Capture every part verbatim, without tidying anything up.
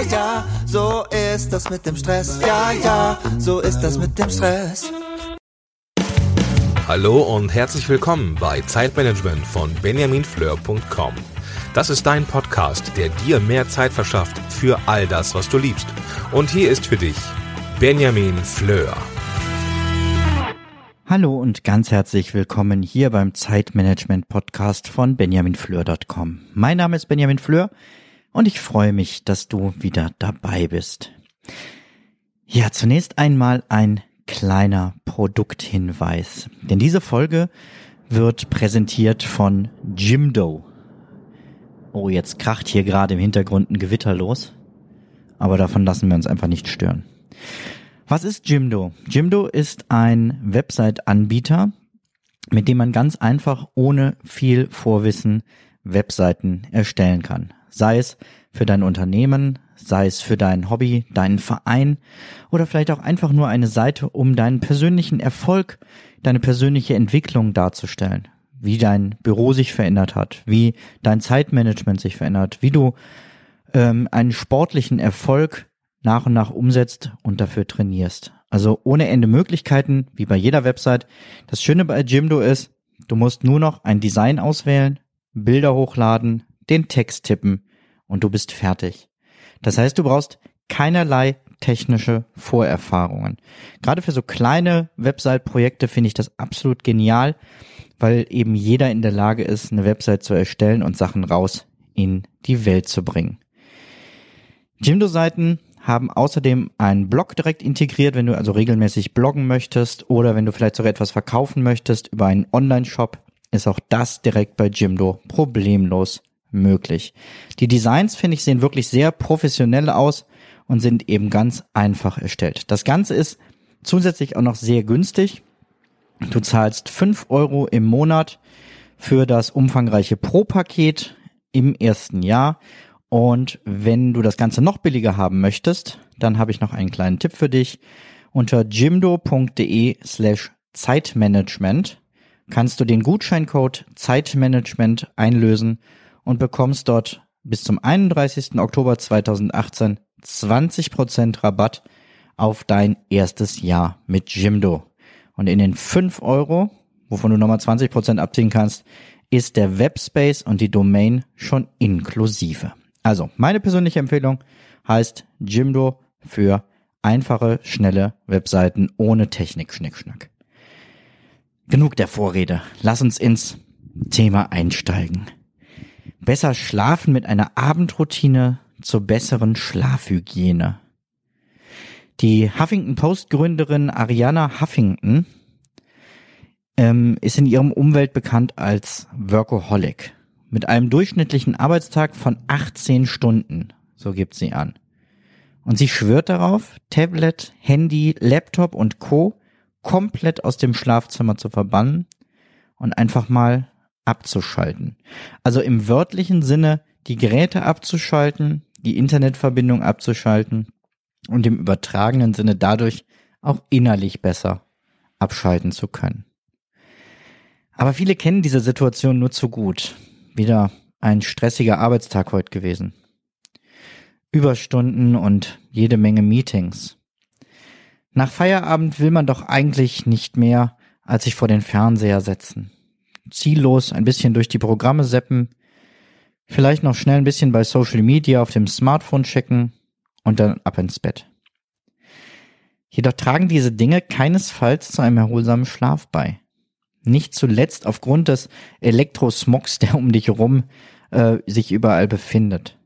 ja, so ist das mit dem Stress. Ja, ja, so ist das mit dem Stress. Hallo und herzlich willkommen bei Zeitmanagement von benjamin fleur punkt com. Das ist dein Podcast, der dir mehr Zeit verschafft für all das, was du liebst. Und hier ist für dich Benjamin Fleur. Hallo und ganz herzlich willkommen hier beim Zeitmanagement-Podcast von benjamin fleur punkt com. Mein Name ist Benjamin Fleur und ich freue mich, dass du wieder dabei bist. Ja, zunächst einmal ein kleiner Produkthinweis, denn diese Folge wird präsentiert von Jimdo. Oh, jetzt kracht hier gerade im Hintergrund ein Gewitter los, aber davon lassen wir uns einfach nicht stören. Was ist Jimdo? Jimdo ist ein Website-Anbieter, mit dem man ganz einfach ohne viel Vorwissen Webseiten erstellen kann. Sei es für dein Unternehmen, sei es für dein Hobby, deinen Verein oder vielleicht auch einfach nur eine Seite, um deinen persönlichen Erfolg, deine persönliche Entwicklung darzustellen. Wie dein Büro sich verändert hat, wie dein Zeitmanagement sich verändert, wie du ähm, einen sportlichen Erfolg nach und nach umsetzt und dafür trainierst. Also ohne Ende Möglichkeiten, wie bei jeder Website. Das Schöne bei Jimdo ist, du musst nur noch ein Design auswählen, Bilder hochladen, den Text tippen und du bist fertig. Das heißt, du brauchst keinerlei technische Vorerfahrungen. Gerade für so kleine Website-Projekte finde ich das absolut genial, weil eben jeder in der Lage ist, eine Website zu erstellen und Sachen raus in die Welt zu bringen. Jimdo-Seiten haben außerdem einen Blog direkt integriert, wenn du also regelmäßig bloggen möchtest oder wenn du vielleicht sogar etwas verkaufen möchtest über einen Online-Shop, ist auch das direkt bei Jimdo problemlos möglich. Die Designs, finde ich, sehen wirklich sehr professionell aus und sind eben ganz einfach erstellt. Das Ganze ist zusätzlich auch noch sehr günstig. Du zahlst fünf Euro im Monat für das umfangreiche Pro-Paket im ersten Jahr. Und wenn du das Ganze noch billiger haben möchtest, dann habe ich noch einen kleinen Tipp für dich. Unter jimdo.de slash Zeitmanagement kannst du den Gutscheincode Zeitmanagement einlösen und bekommst dort bis zum einunddreißigsten Oktober zweitausendachtzehn zwanzig Prozent Rabatt auf dein erstes Jahr mit Jimdo. Und in den fünf Euro, wovon du nochmal zwanzig Prozent abziehen kannst, ist der Webspace und die Domain schon inklusive. Also, meine persönliche Empfehlung heißt Jimdo für einfache, schnelle Webseiten ohne Technik-Schnickschnack. Genug der Vorrede. Lass uns ins Thema einsteigen. Besser schlafen mit einer Abendroutine zur besseren Schlafhygiene. Die Huffington Post Gründerin Arianna Huffington ähm, ist in ihrem Umfeld bekannt als Workaholic. Mit einem durchschnittlichen Arbeitstag von achtzehn Stunden, so gibt sie an. Und sie schwört darauf, Tablet, Handy, Laptop und Co. komplett aus dem Schlafzimmer zu verbannen und einfach mal abzuschalten. Also im wörtlichen Sinne die Geräte abzuschalten, die Internetverbindung abzuschalten und im übertragenen Sinne dadurch auch innerlich besser abschalten zu können. Aber viele kennen diese Situation nur zu gut. Wieder ein stressiger Arbeitstag heute gewesen. Überstunden und jede Menge Meetings. Nach Feierabend will man doch eigentlich nicht mehr, als sich vor den Fernseher setzen. Ziellos ein bisschen durch die Programme zappen, vielleicht noch schnell ein bisschen bei Social Media auf dem Smartphone checken und dann ab ins Bett. Jedoch tragen diese Dinge keinesfalls zu einem erholsamen Schlaf bei. Nicht zuletzt aufgrund des Elektrosmogs, der um dich herum äh, sich überall befindet.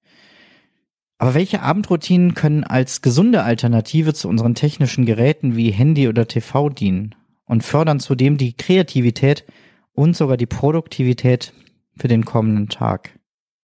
Aber welche Abendroutinen können als gesunde Alternative zu unseren technischen Geräten wie Handy oder T V dienen und fördern zudem die Kreativität und sogar die Produktivität für den kommenden Tag?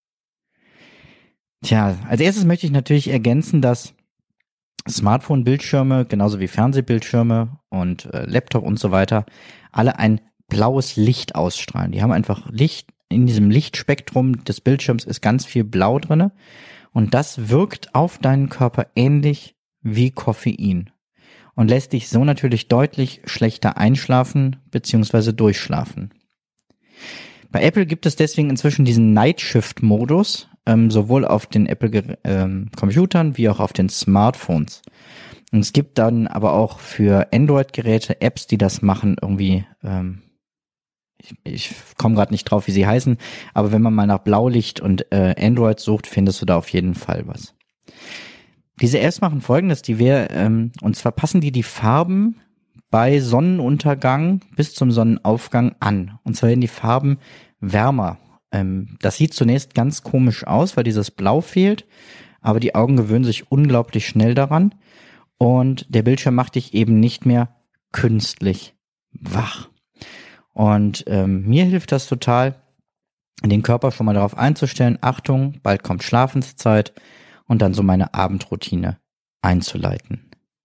Tja, als erstes möchte ich natürlich ergänzen, dass Smartphone-Bildschirme, genauso wie Fernsehbildschirme und äh, Laptop und so weiter, alle ein blaues Licht ausstrahlen. Die haben einfach Licht, in diesem Lichtspektrum des Bildschirms ist ganz viel Blau drinne und das wirkt auf deinen Körper ähnlich wie Koffein und lässt dich so natürlich deutlich schlechter einschlafen bzw. durchschlafen. Bei Apple gibt es deswegen inzwischen diesen Night Shift Modus, ähm, sowohl auf den Apple ähm, Computern wie auch auf den Smartphones. Und es gibt dann aber auch für Android-Geräte Apps, die das machen, irgendwie, ähm, ich, ich komme gerade nicht drauf, wie sie heißen, aber wenn man mal nach Blaulicht und äh, Android sucht, findest du da auf jeden Fall was. Diese Apps machen Folgendes, die wir, ähm, und zwar passen die die Farben bei Sonnenuntergang bis zum Sonnenaufgang an. Und zwar werden die Farben wärmer. Ähm, das sieht zunächst ganz komisch aus, weil dieses Blau fehlt, aber die Augen gewöhnen sich unglaublich schnell daran. Und der Bildschirm macht dich eben nicht mehr künstlich wach. Und ähm, mir hilft das total, den Körper schon mal darauf einzustellen, Achtung, bald kommt Schlafenszeit und dann so meine Abendroutine einzuleiten.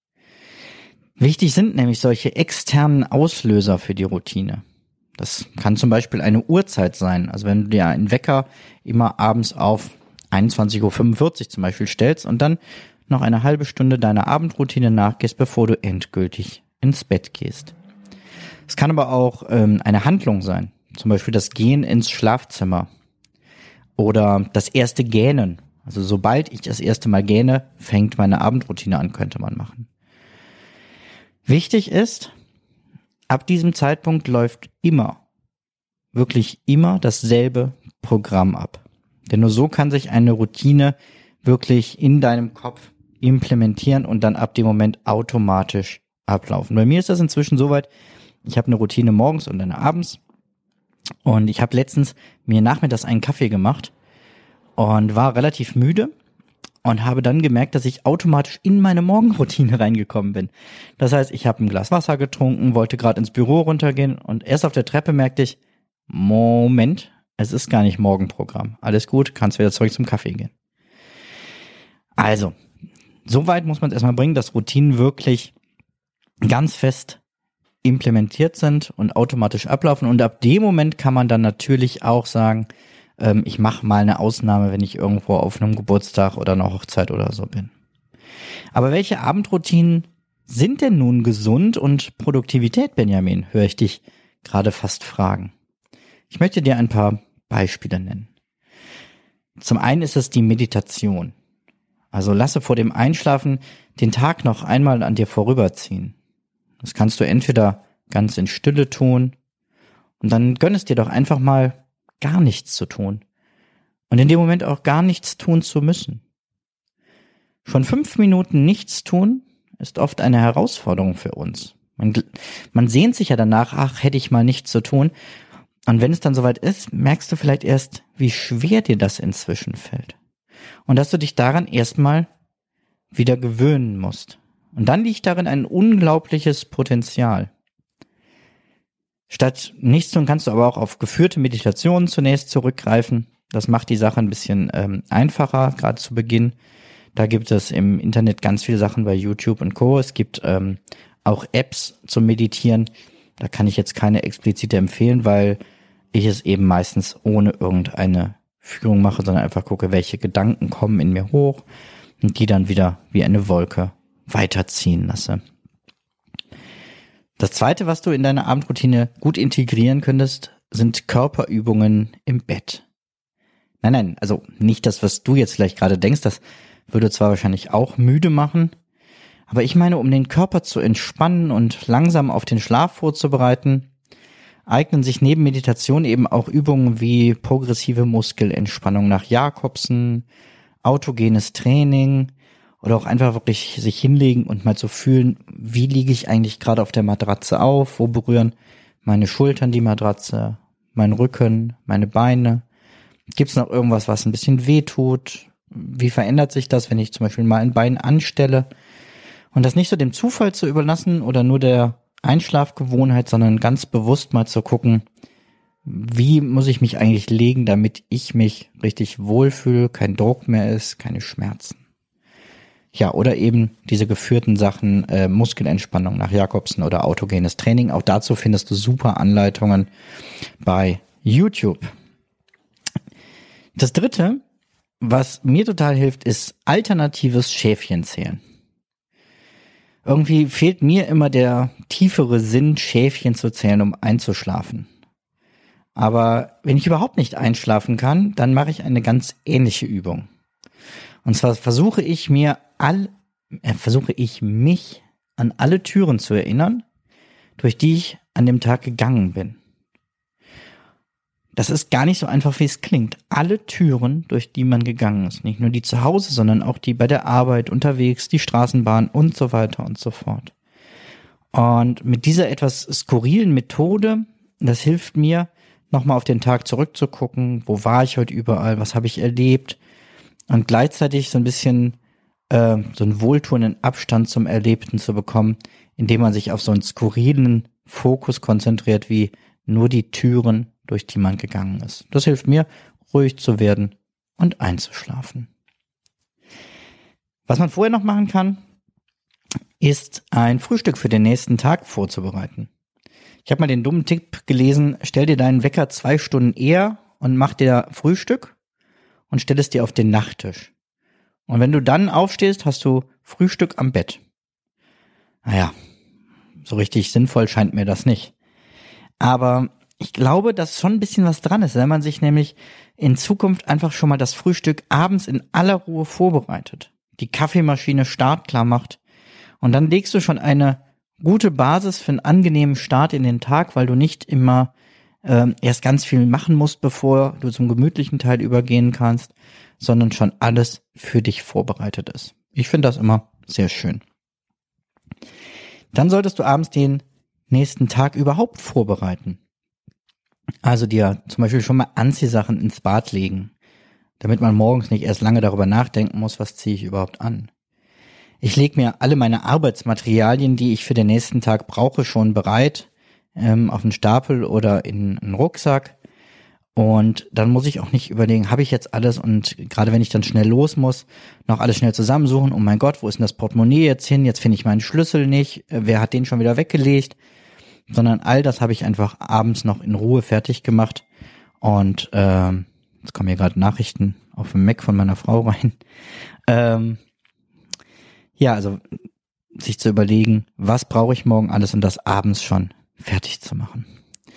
Wichtig sind nämlich solche externen Auslöser für die Routine. Das kann zum Beispiel eine Uhrzeit sein. Also wenn du dir einen Wecker immer abends auf einundzwanzig Uhr fünfundvierzig zum Beispiel stellst und dann noch eine halbe Stunde deiner Abendroutine nachgehst, bevor du endgültig ins Bett gehst. Es kann aber auch ähm, eine Handlung sein, zum Beispiel das Gehen ins Schlafzimmer oder das erste Gähnen. Also sobald ich das erste Mal gähne, fängt meine Abendroutine an, könnte man machen. Wichtig ist, ab diesem Zeitpunkt läuft immer, wirklich immer dasselbe Programm ab. Denn nur so kann sich eine Routine wirklich in deinem Kopf implementieren und dann ab dem Moment automatisch ablaufen. Bei mir ist das inzwischen soweit, ich habe eine Routine morgens und eine abends und ich habe letztens mir nachmittags einen Kaffee gemacht und war relativ müde und habe dann gemerkt, dass ich automatisch in meine Morgenroutine reingekommen bin. Das heißt, ich habe ein Glas Wasser getrunken, wollte gerade ins Büro runtergehen und erst auf der Treppe merkte ich, Moment, es ist gar nicht Morgenprogramm. Alles gut, kannst wieder zurück zum Kaffee gehen. Also, so weit muss man es erstmal bringen, dass Routinen wirklich ganz fest implementiert sind und automatisch ablaufen. Und ab dem Moment kann man dann natürlich auch sagen, ähm, ich mache mal eine Ausnahme, wenn ich irgendwo auf einem Geburtstag oder einer Hochzeit oder so bin. Aber welche Abendroutinen sind denn nun gesund und Produktivität, Benjamin? Höre ich dich gerade fast fragen. Ich möchte dir ein paar Beispiele nennen. Zum einen ist es die Meditation. Also lasse vor dem Einschlafen den Tag noch einmal an dir vorüberziehen. Das kannst du entweder ganz in Stille tun und dann gönn es dir doch einfach mal gar nichts zu tun und in dem Moment auch gar nichts tun zu müssen. Schon fünf Minuten nichts tun ist oft eine Herausforderung für uns. Man, man sehnt sich ja danach, ach, hätte ich mal nichts zu tun. Und wenn es dann soweit ist, merkst du vielleicht erst, wie schwer dir das inzwischen fällt. Und dass du dich daran erstmal wieder gewöhnen musst. Und dann liegt darin ein unglaubliches Potenzial. Statt nichts tun kannst du aber auch auf geführte Meditationen zunächst zurückgreifen. Das macht die Sache ein bisschen ähm, einfacher, gerade zu Beginn. Da gibt es im Internet ganz viele Sachen bei YouTube und Co. Es gibt ähm, auch Apps zum Meditieren. Da kann ich jetzt keine explizite empfehlen, weil ich es eben meistens ohne irgendeine Führung mache, sondern einfach gucke, welche Gedanken kommen in mir hoch und die dann wieder wie eine Wolke weiterziehen lasse. Das Zweite, was du in deine Abendroutine gut integrieren könntest, sind Körperübungen im Bett. Nein, nein, also nicht das, was du jetzt vielleicht gerade denkst, das würde zwar wahrscheinlich auch müde machen, aber ich meine, um den Körper zu entspannen und langsam auf den Schlaf vorzubereiten, eignen sich neben Meditation eben auch Übungen wie progressive Muskelentspannung nach Jakobsen, autogenes Training oder auch einfach wirklich sich hinlegen und mal zu fühlen, wie liege ich eigentlich gerade auf der Matratze auf, wo berühren meine Schultern die Matratze, mein Rücken, meine Beine, gibt es noch irgendwas, was ein bisschen weh tut, wie verändert sich das, wenn ich zum Beispiel mal ein Bein anstelle und das nicht so dem Zufall zu überlassen oder nur der Einschlafgewohnheit, sondern ganz bewusst mal zu gucken, wie muss ich mich eigentlich legen, damit ich mich richtig wohlfühle, kein Druck mehr ist, keine Schmerzen. Ja, oder eben diese geführten Sachen, äh, Muskelentspannung nach Jakobsen oder autogenes Training. Auch dazu findest du super Anleitungen bei YouTube. Das Dritte, was mir total hilft, ist alternatives Schäfchenzählen. Irgendwie fehlt mir immer der tiefere Sinn, Schäfchen zu zählen, um einzuschlafen. Aber wenn ich überhaupt nicht einschlafen kann, dann mache ich eine ganz ähnliche Übung. Und zwar versuche ich mir all, äh, versuche ich mich an alle Türen zu erinnern, durch die ich an dem Tag gegangen bin. Das ist gar nicht so einfach, wie es klingt. Alle Türen, durch die man gegangen ist. Nicht nur die zu Hause, sondern auch die bei der Arbeit, unterwegs, die Straßenbahn und so weiter und so fort. Und mit dieser etwas skurrilen Methode, das hilft mir, nochmal auf den Tag zurückzugucken. Wo war ich heute überall? Was habe ich erlebt? Und gleichzeitig so ein bisschen äh, so einen wohltuenden Abstand zum Erlebten zu bekommen, indem man sich auf so einen skurrilen Fokus konzentriert, wie nur die Türen, durch die man gegangen ist. Das hilft mir, ruhig zu werden und einzuschlafen. Was man vorher noch machen kann, ist ein Frühstück für den nächsten Tag vorzubereiten. Ich habe mal den dummen Tipp gelesen, stell dir deinen Wecker zwei Stunden eher und mach dir Frühstück und stell es dir auf den Nachttisch. Und wenn du dann aufstehst, hast du Frühstück am Bett. Naja, so richtig sinnvoll scheint mir das nicht. Aber ich glaube, dass schon ein bisschen was dran ist, wenn man sich nämlich in Zukunft einfach schon mal das Frühstück abends in aller Ruhe vorbereitet, die Kaffeemaschine startklar macht und dann legst du schon eine gute Basis für einen angenehmen Start in den Tag, weil du nicht immer ähm, erst ganz viel machen musst, bevor du zum gemütlichen Teil übergehen kannst, sondern schon alles für dich vorbereitet ist. Ich finde das immer sehr schön. Dann solltest du abends den nächsten Tag überhaupt vorbereiten. Also dir zum Beispiel schon mal Anziehsachen ins Bad legen, damit man morgens nicht erst lange darüber nachdenken muss, was ziehe ich überhaupt an. Ich lege mir alle meine Arbeitsmaterialien, die ich für den nächsten Tag brauche, schon bereit, ähm, auf einen Stapel oder in einen Rucksack. Und dann muss ich auch nicht überlegen, habe ich jetzt alles und gerade wenn ich dann schnell los muss, noch alles schnell zusammensuchen. Oh mein Gott, wo ist denn das Portemonnaie jetzt hin? Jetzt finde ich meinen Schlüssel nicht. Wer hat den schon wieder weggelegt? Sondern all das habe ich einfach abends noch in Ruhe fertig gemacht. Und ähm, jetzt kommen hier gerade Nachrichten auf dem Mac von meiner Frau rein. Ähm, ja, also sich zu überlegen, was brauche ich morgen alles und das abends schon fertig zu machen.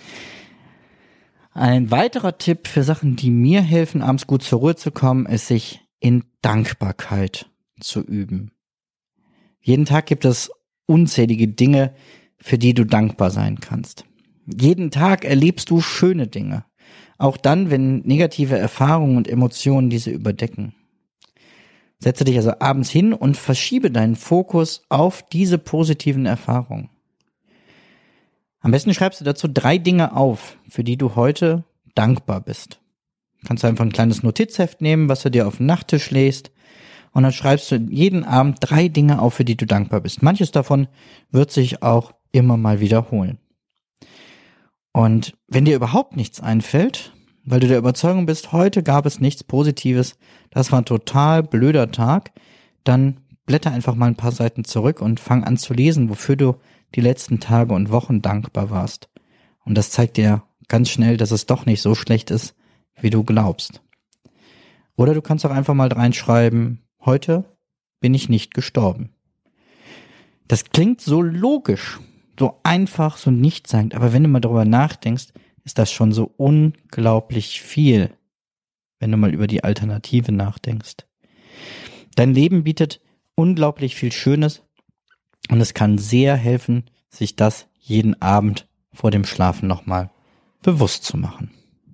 Ein weiterer Tipp für Sachen, die mir helfen, abends gut zur Ruhe zu kommen, ist, sich in Dankbarkeit zu üben. Jeden Tag gibt es unzählige Dinge, für die du dankbar sein kannst. Jeden Tag erlebst du schöne Dinge. Auch dann, wenn negative Erfahrungen und Emotionen diese überdecken. Setze dich also abends hin und verschiebe deinen Fokus auf diese positiven Erfahrungen. Am besten schreibst du dazu drei Dinge auf, für die du heute dankbar bist. Kannst du einfach ein kleines Notizheft nehmen, was du dir auf den Nachttisch legst, und dann schreibst du jeden Abend drei Dinge auf, für die du dankbar bist. Manches davon wird sich auch immer mal wiederholen. Und wenn dir überhaupt nichts einfällt, weil du der Überzeugung bist, heute gab es nichts Positives, das war ein total blöder Tag, dann blätter einfach mal ein paar Seiten zurück und fang an zu lesen, wofür du die letzten Tage und Wochen dankbar warst. Und das zeigt dir ganz schnell, dass es doch nicht so schlecht ist, wie du glaubst. Oder du kannst auch einfach mal reinschreiben, heute bin ich nicht gestorben. Das klingt so logisch, so einfach, so nichtssagend, aber wenn du mal darüber nachdenkst, ist das schon so unglaublich viel, wenn du mal über die Alternative nachdenkst. Dein Leben bietet unglaublich viel Schönes und es kann sehr helfen, sich das jeden Abend vor dem Schlafen nochmal bewusst zu machen.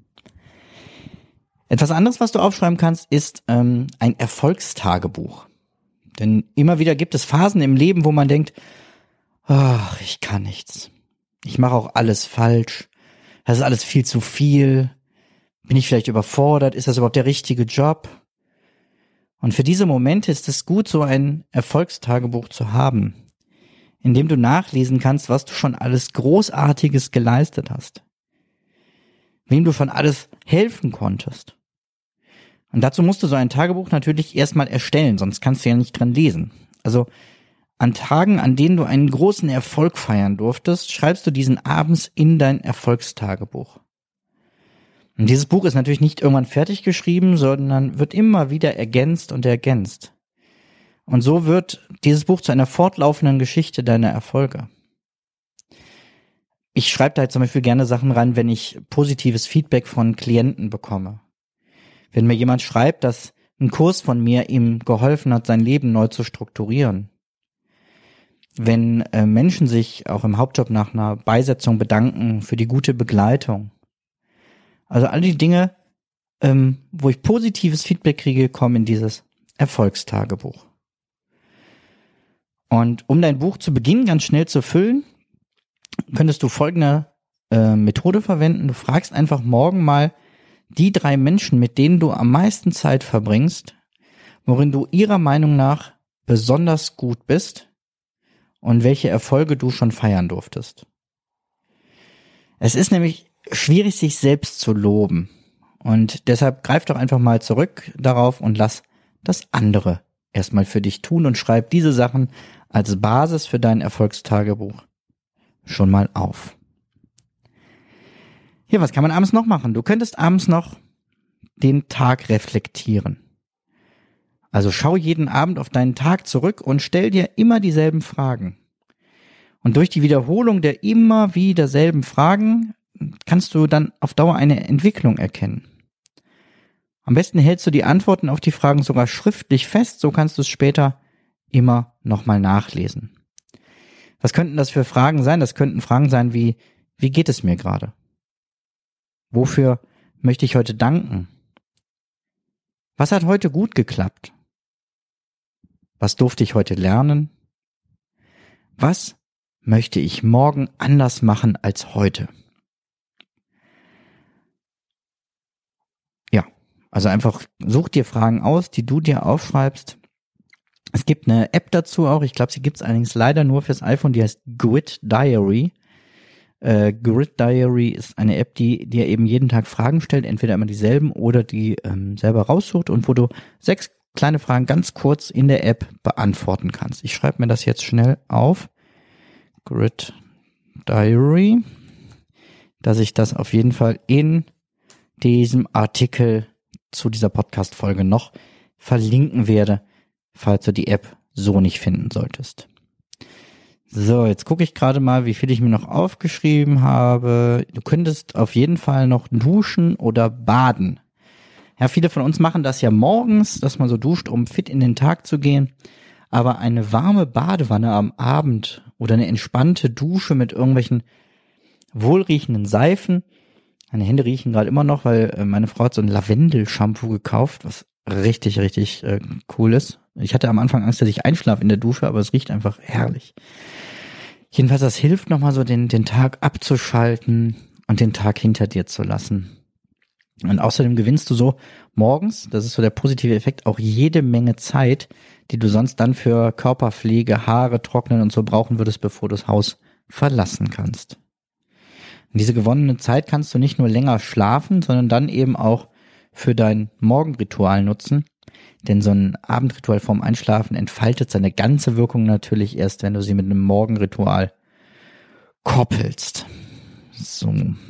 Etwas anderes, was du aufschreiben kannst, ist ähm, ein Erfolgstagebuch. Denn immer wieder gibt es Phasen im Leben, wo man denkt, ach, ich kann nichts. Ich mache auch alles falsch. Das ist alles viel zu viel. Bin ich vielleicht überfordert? Ist das überhaupt der richtige Job? Und für diese Momente ist es gut, so ein Erfolgstagebuch zu haben, in dem du nachlesen kannst, was du schon alles Großartiges geleistet hast. Wem du schon alles helfen konntest. Und dazu musst du so ein Tagebuch natürlich erstmal erstellen, sonst kannst du ja nicht dran lesen. Also an Tagen, an denen du einen großen Erfolg feiern durftest, schreibst du diesen abends in dein Erfolgstagebuch. Und dieses Buch ist natürlich nicht irgendwann fertig geschrieben, sondern wird immer wieder ergänzt und ergänzt. Und so wird dieses Buch zu einer fortlaufenden Geschichte deiner Erfolge. ich schreibe da halt zum Beispiel gerne Sachen rein, wenn ich positives Feedback von Klienten bekomme. Wenn mir jemand schreibt, dass ein Kurs von mir ihm geholfen hat, sein Leben neu zu strukturieren. Wenn äh, Menschen sich auch im Hauptjob nach einer Beisetzung bedanken für die gute Begleitung. Also all die Dinge, ähm, wo ich positives Feedback kriege, kommen in dieses Erfolgstagebuch. Und um dein Buch zu Beginn ganz schnell zu füllen, könntest du folgende äh, Methode verwenden. Du fragst einfach morgen mal die drei Menschen, mit denen du am meisten Zeit verbringst, worin du ihrer Meinung nach besonders gut bist und welche Erfolge du schon feiern durftest. Es ist nämlich schwierig, sich selbst zu loben. Und deshalb greif doch einfach mal zurück darauf und lass das andere erstmal für dich tun und schreib diese Sachen als Basis für dein Erfolgstagebuch schon mal auf. Hier, was kann man abends noch machen? Du könntest abends noch den Tag reflektieren. Also schau jeden Abend auf deinen Tag zurück und stell dir immer dieselben Fragen. Und durch die Wiederholung der immer wieder selben Fragen kannst du dann auf Dauer eine Entwicklung erkennen. Am besten hältst du die Antworten auf die Fragen sogar schriftlich fest, so kannst du es später immer nochmal nachlesen. Was könnten das für Fragen sein? Das könnten Fragen sein wie, wie geht es mir gerade? Wofür möchte ich heute danken? Was hat heute gut geklappt? Was durfte ich heute lernen? Was möchte ich morgen anders machen als heute? Ja, also einfach such dir Fragen aus, die du dir aufschreibst. Es gibt eine App dazu auch, ich glaube, sie gibt es allerdings leider nur fürs iPhone, die heißt Grid Diary. Äh, Grid Diary ist eine App, die dir eben jeden Tag Fragen stellt, entweder immer dieselben oder die ähm, selber raussucht und wo du sechs kleine Fragen ganz kurz in der App beantworten kannst. Ich schreibe mir das jetzt schnell auf. Grid Diary, dass ich das auf jeden Fall in diesem Artikel zu dieser Podcast-Folge noch verlinken werde, falls du die App so nicht finden solltest. So, jetzt gucke ich gerade mal, wie viel ich mir noch aufgeschrieben habe. Du könntest auf jeden Fall noch duschen oder baden. Ja, viele von uns machen das ja morgens, dass man so duscht, um fit in den Tag zu gehen. Aber eine warme Badewanne am Abend oder eine entspannte Dusche mit irgendwelchen wohlriechenden Seifen. Meine Hände riechen gerade immer noch, weil meine Frau hat so ein Lavendel-Shampoo gekauft, was richtig, richtig äh, cool ist. Ich hatte am Anfang Angst, dass ich einschlafe in der Dusche, aber es riecht einfach herrlich. Jedenfalls, das hilft nochmal so, den, den Tag abzuschalten und den Tag hinter dir zu lassen. Und außerdem gewinnst du so morgens, das ist so der positive Effekt, auch jede Menge Zeit, die du sonst dann für Körperpflege, Haare trocknen und so brauchen würdest, bevor du das Haus verlassen kannst. Und diese gewonnene Zeit kannst du nicht nur länger schlafen, sondern dann eben auch für dein Morgenritual nutzen. Denn so ein Abendritual vorm Einschlafen entfaltet seine ganze Wirkung natürlich erst, wenn du sie mit einem Morgenritual koppelst. So.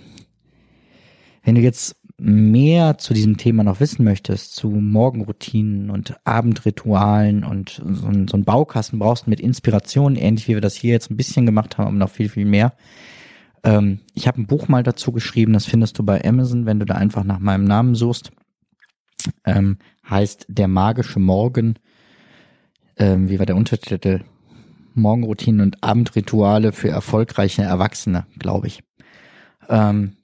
Wenn du jetzt mehr zu diesem Thema noch wissen möchtest, zu Morgenroutinen und Abendritualen und so ein, so ein Baukasten brauchst mit Inspiration, ähnlich wie wir das hier jetzt ein bisschen gemacht haben, aber noch viel, viel mehr. Ähm, ich habe ein Buch mal dazu geschrieben, das findest du bei Amazon, wenn du da einfach nach meinem Namen suchst. Ähm, heißt Der magische Morgen. Ähm, wie war der Untertitel? Morgenroutinen und Abendrituale für erfolgreiche Erwachsene, glaube ich. Ähm,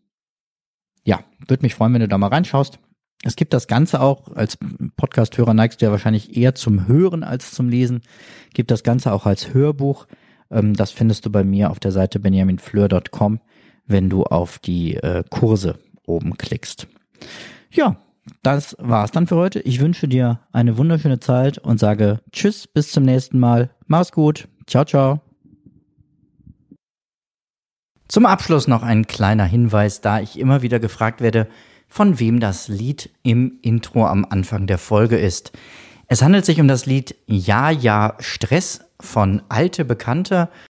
ja, würde mich freuen, wenn du da mal reinschaust. Es gibt das Ganze auch, als Podcast-Hörer neigst du ja wahrscheinlich eher zum Hören als zum Lesen, gibt das Ganze auch als Hörbuch. Ähm, das findest du bei mir auf der Seite benjamin fleur punkt com, wenn du auf die äh, Kurse oben klickst. Ja, das war's dann für heute. Ich wünsche dir eine wunderschöne Zeit und sage Tschüss, bis zum nächsten Mal. Mach's gut. Ciao, ciao. Zum Abschluss noch ein kleiner Hinweis, da ich immer wieder gefragt werde, von wem das Lied im Intro am Anfang der Folge ist. Es handelt sich um das Lied Ja, ja, Stress von Alte Bekannte